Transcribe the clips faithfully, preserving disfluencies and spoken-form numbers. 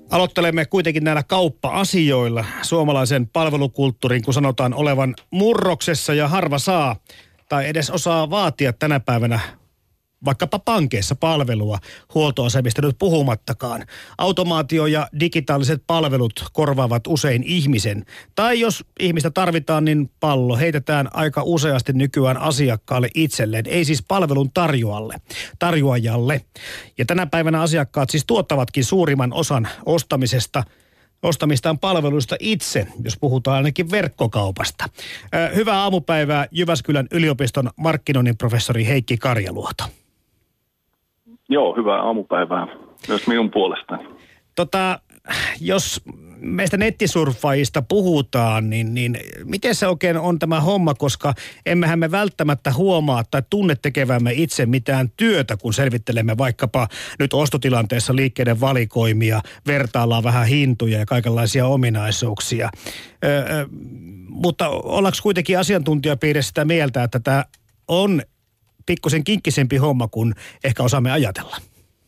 Aloittelemme kuitenkin näillä kauppa-asioilla. Suomalaisen palvelukulttuurin, kun sanotaan olevan murroksessa ja harva saa tai edes osaa vaatia tänä päivänä vaikkapa pankeissa palvelua, huoltoasemista nyt puhumattakaan. Automaatio ja digitaaliset palvelut korvaavat usein ihmisen. Tai jos ihmistä tarvitaan, niin pallo heitetään aika useasti nykyään asiakkaalle itselleen. Ei siis palvelun tarjoalle, tarjoajalle. Ja tänä päivänä asiakkaat siis tuottavatkin suurimman osan ostamisesta, ostamistaan palveluista itse, jos puhutaan ainakin verkkokaupasta. Hyvää aamupäivää Jyväskylän yliopiston markkinoinnin professori Heikki Karjaluoto. Joo, hyvää aamupäivää myös minun puolestani. Tota, jos meistä nettisurffaajista puhutaan, niin, niin miten se oikein on tämä homma, koska emmehän me välttämättä huomaa tai tunne tekevämme itse mitään työtä, kun selvittelemme vaikkapa nyt ostotilanteessa liikkeiden valikoimia, vertaillaan vähän hintoja ja kaikenlaisia ominaisuuksia. Öö, mutta ollaanko kuitenkin asiantuntijapiirissä sitä mieltä, että tämä on pikkusen kinkkisempi homma kuin ehkä osaamme ajatella?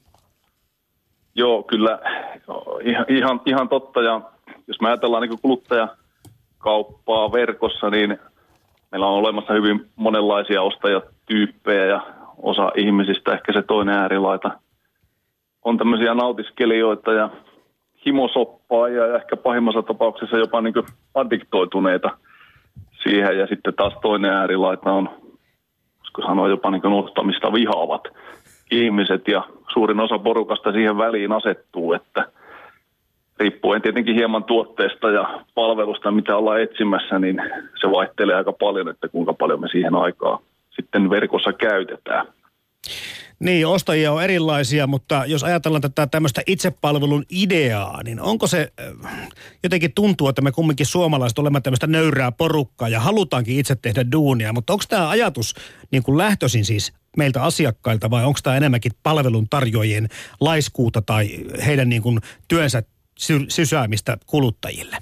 Joo, kyllä ihan, ihan, ihan totta. Ja jos me ajatellaan niin kuin kuluttajakauppaa verkossa, niin meillä on olemassa hyvin monenlaisia ostajatyyppejä ja osa ihmisistä, ehkä se toinen äärilaita, on tämmöisiä nautiskelijoita ja himosoppaajia ja ehkä pahimmassa tapauksessa jopa niin kuin addiktoituneita siihen. Ja sitten taas toinen äärilaita on, koska sanoo jopa niin kuin ostamista vihaavat ihmiset, ja suurin osa porukasta siihen väliin asettuu, että riippuen tietenkin hieman tuotteesta ja palvelusta, mitä ollaan etsimässä, niin se vaihtelee aika paljon, että kuinka paljon me siihen aikaa sitten verkossa käytetään. Niin, ostajia on erilaisia, mutta jos ajatellaan tätä tämmöistä itsepalvelun ideaa, niin onko se, jotenkin tuntuu, että me kumminkin suomalaiset olemme tämmöistä nöyrää porukkaa ja halutaankin itse tehdä duunia, mutta onko tämä ajatus niin kuin lähtöisin siis meiltä asiakkailta vai onko tämä enemmänkin palvelun tarjoajien laiskuutta tai heidän niin kuin työnsä sy- sysäämistä kuluttajille?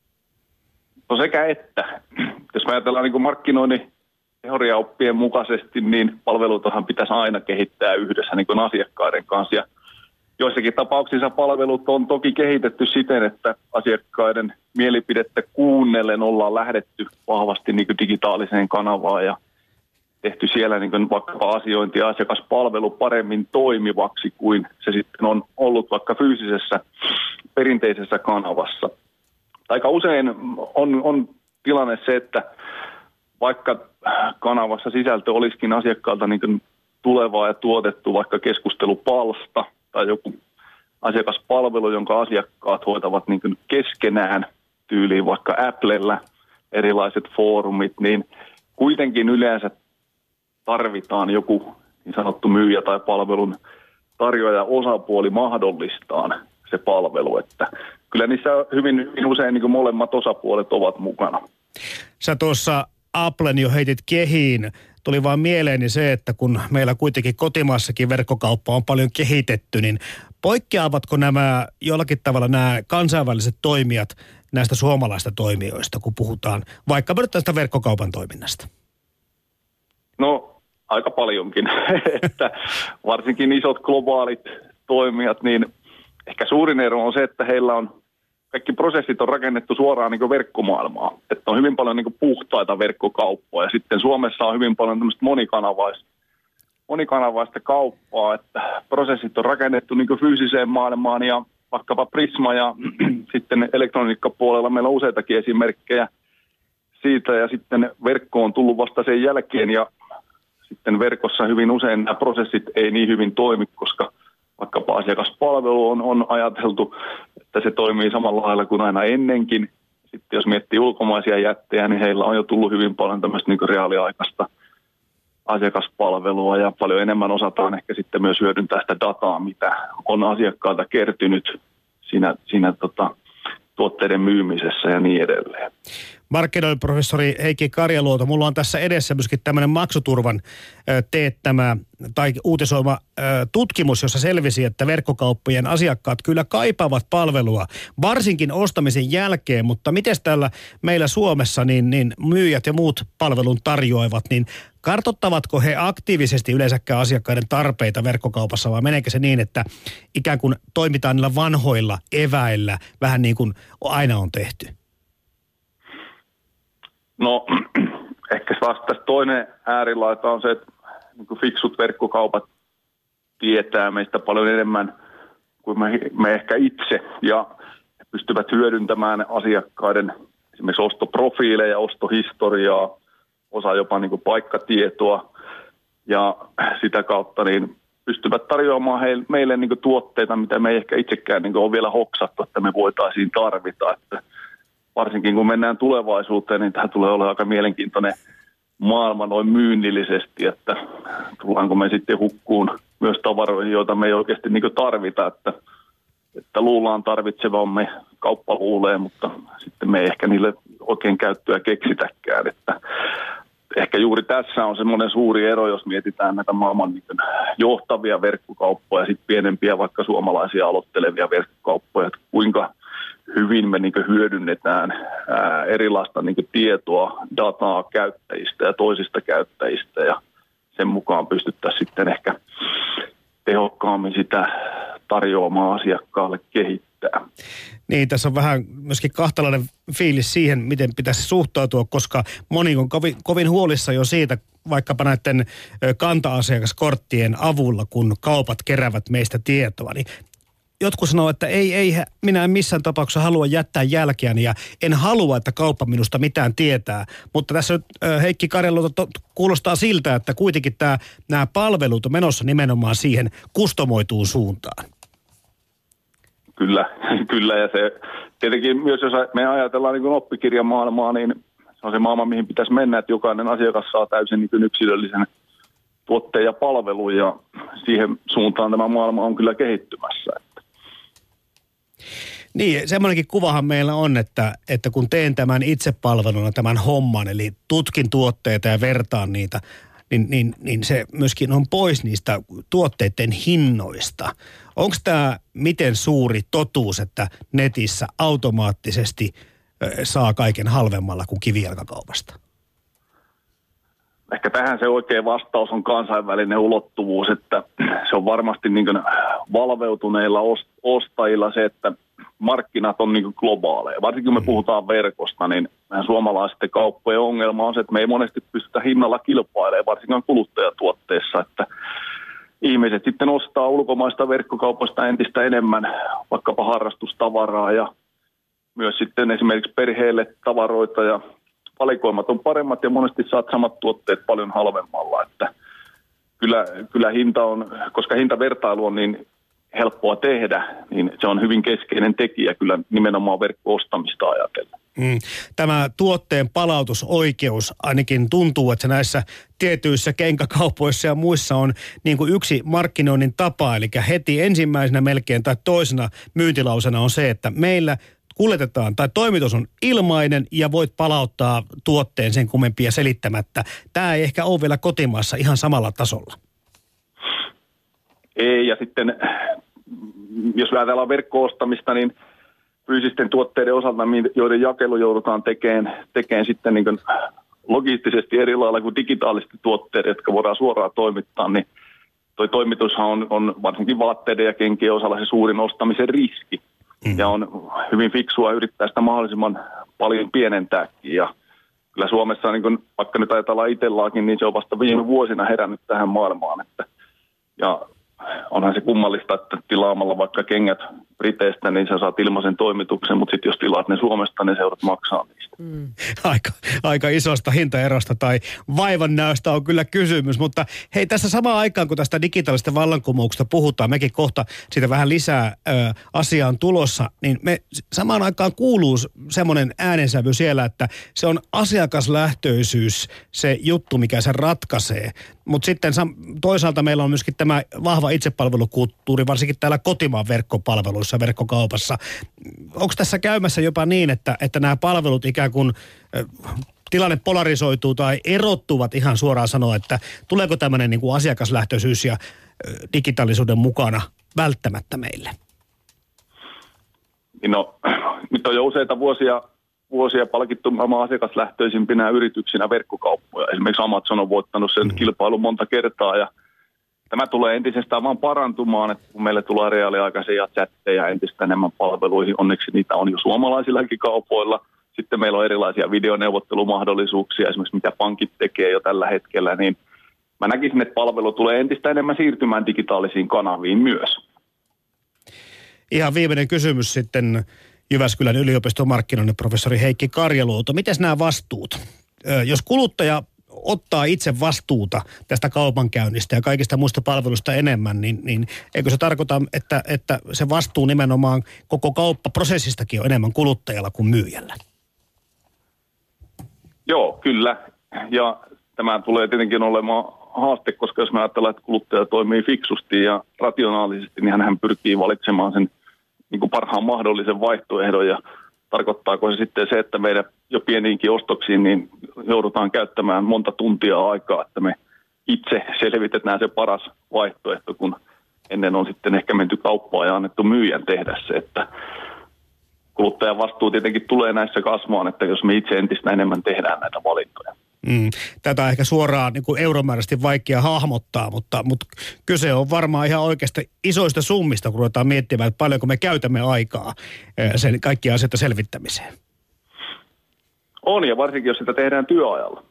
No sekä että. Jos me ajatellaan niin kuin markkinoinnin teoriaoppien mukaisesti, niin palveluitahan pitäisi aina kehittää yhdessä niin kuin asiakkaiden kanssa. Ja joissakin tapauksissa palvelut on toki kehitetty siten, että asiakkaiden mielipidettä kuunnellen ollaan lähdetty vahvasti niin kuin digitaaliseen kanavaan ja tehty siellä niin kuin vaikka asiointi- ja asiakaspalvelu paremmin toimivaksi kuin se sitten on ollut vaikka fyysisessä perinteisessä kanavassa. Aika usein on, on tilanne se, että vaikka kanavassa sisältö olisikin asiakkaalta niin kuin tulevaa ja tuotettu vaikka keskustelupalsta tai joku asiakaspalvelu, jonka asiakkaat hoitavat niin kuin keskenään tyyliin vaikka Applella erilaiset foorumit, niin kuitenkin yleensä tarvitaan joku niin sanottu myyjä tai palvelun tarjoaja osapuoli mahdollistaan se palvelu, että kyllä niissä hyvin, hyvin usein niin kuin molemmat osapuolet ovat mukana. Sä tuossa Applen jo heitit kehiin. Tuli vaan mieleeni se, että kun meillä kuitenkin kotimaassakin verkkokauppa on paljon kehitetty, niin poikkeavatko nämä jollakin tavalla nämä kansainväliset toimijat näistä suomalaista toimijoista, kun puhutaan vaikka nyt tästä verkkokaupan toiminnasta? No aika paljonkin, että varsinkin isot globaalit toimijat, niin ehkä suurin ero on se, että heillä on kaikki prosessit on rakennettu suoraan niin kuin verkkomaailmaa. Että on hyvin paljon niin kuin puhtaita verkkokauppoja. Ja sitten Suomessa on hyvin paljon tämmöistä monikanavaista, monikanavaista kauppaa, että prosessit on rakennettu niin kuin fyysiseen maailmaan ja vaikkapa Prisma ja sitten elektroniikkapuolella meillä on useitakin esimerkkejä siitä. Ja sitten verkko on tullut vasta sen jälkeen ja sitten verkossa hyvin usein nämä prosessit ei niin hyvin toimi, koska vaikkapa asiakaspalvelu on, on ajateltu, että se toimii samalla lailla kuin aina ennenkin. Sitten jos miettii ulkomaisia jättejä, niin heillä on jo tullut hyvin paljon tämmöistä niin kuin reaaliaikaista asiakaspalvelua ja paljon enemmän osataan ehkä sitten myös hyödyntää sitä dataa, mitä on asiakkaalta kertynyt siinä, siinä tota, tuotteiden myymisessä ja niin edelleen. Markkinoinnin professori Heikki Karjaluoto, mulla on tässä edessä myöskin tämmöinen maksuturvan teettämä tai uutisoima tutkimus, jossa selvisi, että verkkokauppojen asiakkaat kyllä kaipaavat palvelua, varsinkin ostamisen jälkeen, mutta miten täällä meillä Suomessa niin, niin myyjät ja muut palvelun tarjoavat, niin kartoittavatko he aktiivisesti yleensäkään asiakkaiden tarpeita verkkokaupassa, vai meneekö se niin, että ikään kuin toimitaan niillä vanhoilla eväillä, vähän niin kuin aina on tehty? No, ehkä vasta toinen äärilaita on se, että niin kuin fiksut verkkokaupat tietää meistä paljon enemmän kuin me, me ehkä itse, ja pystyvät hyödyntämään asiakkaiden esimerkiksi ostoprofiileja, ostohistoriaa, osa jopa niin kuin paikkatietoa, ja sitä kautta niin pystyvät tarjoamaan heille, meille niin kuin tuotteita, mitä me ei ehkä itsekään niin kuin ole vielä hoksattu, että me voitaisiin tarvita. Että varsinkin kun mennään tulevaisuuteen, niin tämä tulee olemaan aika mielenkiintoinen maailma noin myynnillisesti, että tullaanko me sitten hukkuun myös tavaroihin, joita me ei oikeasti niin kuin tarvita, että, että luullaan tarvitsevamme, kauppa luulee, mutta sitten me ei ehkä niille oikein käyttöä keksitäkään, että ehkä juuri tässä on semmoinen suuri ero, jos mietitään näitä maailman niin kuin johtavia verkkokauppoja ja sitten pienempiä vaikka suomalaisia aloittelevia verkkokauppoja, että kuinka hyvin me niin kuin hyödynnetään ää, erilaista niin kuin tietoa, dataa käyttäjistä ja toisista käyttäjistä, ja sen mukaan pystyttäisiin sitten ehkä tehokkaammin sitä tarjoamaan asiakkaalle kehittää. Niin, tässä on vähän myöskin kahtalainen fiilis siihen, miten pitäisi suhtautua, koska moni on kovin, kovin huolissa jo siitä, vaikkapa näiden kanta-asiakaskorttien avulla, kun kaupat keräävät meistä tietoa, niin jotkut sanoo, että ei, ei, minä en missään tapauksessa halua jättää jälkeäni ja en halua, että kauppa minusta mitään tietää. Mutta tässä nyt Heikki Karjala kuulostaa siltä, että kuitenkin tämä, nämä palvelut on menossa nimenomaan siihen kustomoituun suuntaan. Kyllä, kyllä, ja se tietenkin myös, jos me ajatellaan niin kuin oppikirjamaailmaa, niin se on se maailma, mihin pitäisi mennä, että jokainen asiakas saa täysin niin kuin yksilöllisen tuotteen ja palvelun, ja siihen suuntaan tämä maailma on kyllä kehittymässä. Niin, semmoinenkin kuvahan meillä on, että, että kun teen tämän itsepalveluna tämän homman, eli tutkin tuotteita ja vertaan niitä, niin, niin, niin se myöskin on pois niistä tuotteiden hinnoista. Onko tämä miten suuri totuus, että netissä automaattisesti saa kaiken halvemmalla kuin kivijalkakaupasta? Ehkä tähän se oikea vastaus on kansainvälinen ulottuvuus, että se on varmasti niin kuin valveutuneilla ostajilla se, että markkinat on niin kuin globaaleja. Varsinkin kun me puhutaan verkosta, niin meidän suomalaisten kauppojen ongelma on se, että me ei monesti pystytä hinnalla kilpailemaan, varsinkaan kuluttajatuotteissa, että ihmiset sitten ostaa ulkomaista verkkokaupasta entistä enemmän vaikkapa harrastustavaraa ja myös sitten esimerkiksi perheelle tavaroita, ja valikoimat on paremmat ja monesti saat samat tuotteet paljon halvemmalla, että kyllä, kyllä hinta on, koska hintavertailu on niin helppoa tehdä, niin se on hyvin keskeinen tekijä kyllä nimenomaan verkko-ostamista ajatellen. Mm. Tämä tuotteen palautusoikeus ainakin tuntuu, että se näissä tietyissä kenkäkaupoissa ja muissa on niin kuin yksi markkinoinnin tapa, eli heti ensimmäisenä melkein tai toisena myyntilausena on se, että meillä kuljetetaan tai toimitus on ilmainen ja voit palauttaa tuotteen sen kummempia selittämättä. Tämä ei ehkä ole vielä kotimaassa ihan samalla tasolla. Ei, ja sitten jos ajatellaan verkko-ostamista, niin fyysisten tuotteiden osalta, joiden jakelu joudutaan tekemään, tekemään sitten niin kuin logistisesti eri lailla kuin digitaalisesti tuotteet, jotka voidaan suoraan toimittaa, niin toi toimitushan on, on varsinkin vaatteiden ja kenkien osalla se suurin ostamisen riski. Mm. Ja on hyvin fiksua yrittää sitä mahdollisimman paljon pienentääkin. Ja kyllä Suomessa, niin kun, vaikka nyt ajatellaan itsellaakin, niin se on vasta viime vuosina herännyt tähän maailmaan. Että, ja onhan se kummallista, että tilaamalla vaikka kengät Briteistä, niin sä saat ilmaisen toimituksen, mutta sitten jos tilaat ne Suomesta, niin seurat maksaa niistä. Mm. Aika, aika isosta hintaerosta tai vaivannäöstä on kyllä kysymys, mutta hei, tässä samaan aikaan, kun tästä digitaalisesta vallankumouksesta puhutaan, mekin kohta siitä vähän lisää ö, asiaan tulossa, niin me samaan aikaan kuuluu semmoinen äänensävy siellä, että se on asiakaslähtöisyys se juttu, mikä se ratkaisee. Mutta sitten toisaalta meillä on myöskin tämä vahva itsepalvelukulttuuri, varsinkin täällä kotimaan verkkopalveluissa, verkkokaupassa. Onko tässä käymässä jopa niin, että, että nämä palvelut ikään kuin äh, tilanne polarisoituu tai erottuvat ihan suoraan sanoa, että tuleeko tämmöinen niin kuin asiakaslähtöisyys ja äh, digitaalisuuden mukana välttämättä meille? No, nyt on jo useita vuosia vuosia palkittu maailman asiakaslähtöisimpinä yrityksinä verkkokauppoja. Esimerkiksi Amazon on voittanut sen mm. kilpailun monta kertaa ja tämä tulee entisestään vaan parantumaan, että kun meille tulee reaaliaikaisia chatteja entistä enemmän palveluihin, onneksi niitä on jo suomalaisillakin kaupoilla. Sitten meillä on erilaisia videoneuvottelumahdollisuuksia, esimerkiksi mitä pankit tekee jo tällä hetkellä, niin mä näkisin, että palvelu tulee entistä enemmän siirtymään digitaalisiin kanaviin myös. Ihan viimeinen kysymys sitten Jyväskylän yliopiston markkinoinnin professori Heikki Karjaluoto. Miten nämä vastuut? Jos kuluttaja ottaa itse vastuuta tästä kaupankäynnistä ja kaikista muista palveluista enemmän, niin, niin eikö se tarkoita, että, että se vastuu nimenomaan koko kauppaprosessistakin on enemmän kuluttajalla kuin myyjällä? Joo, kyllä. Ja tämä tulee tietenkin olemaan haaste, koska jos me ajatellaan, että kuluttaja toimii fiksusti ja rationaalisesti, niin hän pyrkii valitsemaan sen niin kuin parhaan mahdollisen vaihtoehdon. Ja tarkoittaako se sitten se, että meidän jo pieniinkin ostoksiin niin joudutaan käyttämään monta tuntia aikaa, että me itse selvitetään se paras vaihtoehto, kun ennen on sitten ehkä menty kauppaan ja annettu myyjän tehdä se, että kuluttajan vastuu tietenkin tulee näissä kasvamaan, että jos me itse entistä enemmän tehdään näitä valintoja. Mm, tätä on ehkä suoraan niin kuin euromääräisesti vaikea hahmottaa, mutta, mutta kyse on varmaan ihan oikeasti isoista summista, kun ruvetaan miettimään, että paljonko me käytämme aikaa sen kaikkia asioita selvittämiseen. On, ja varsinkin jos sitä tehdään työajalla.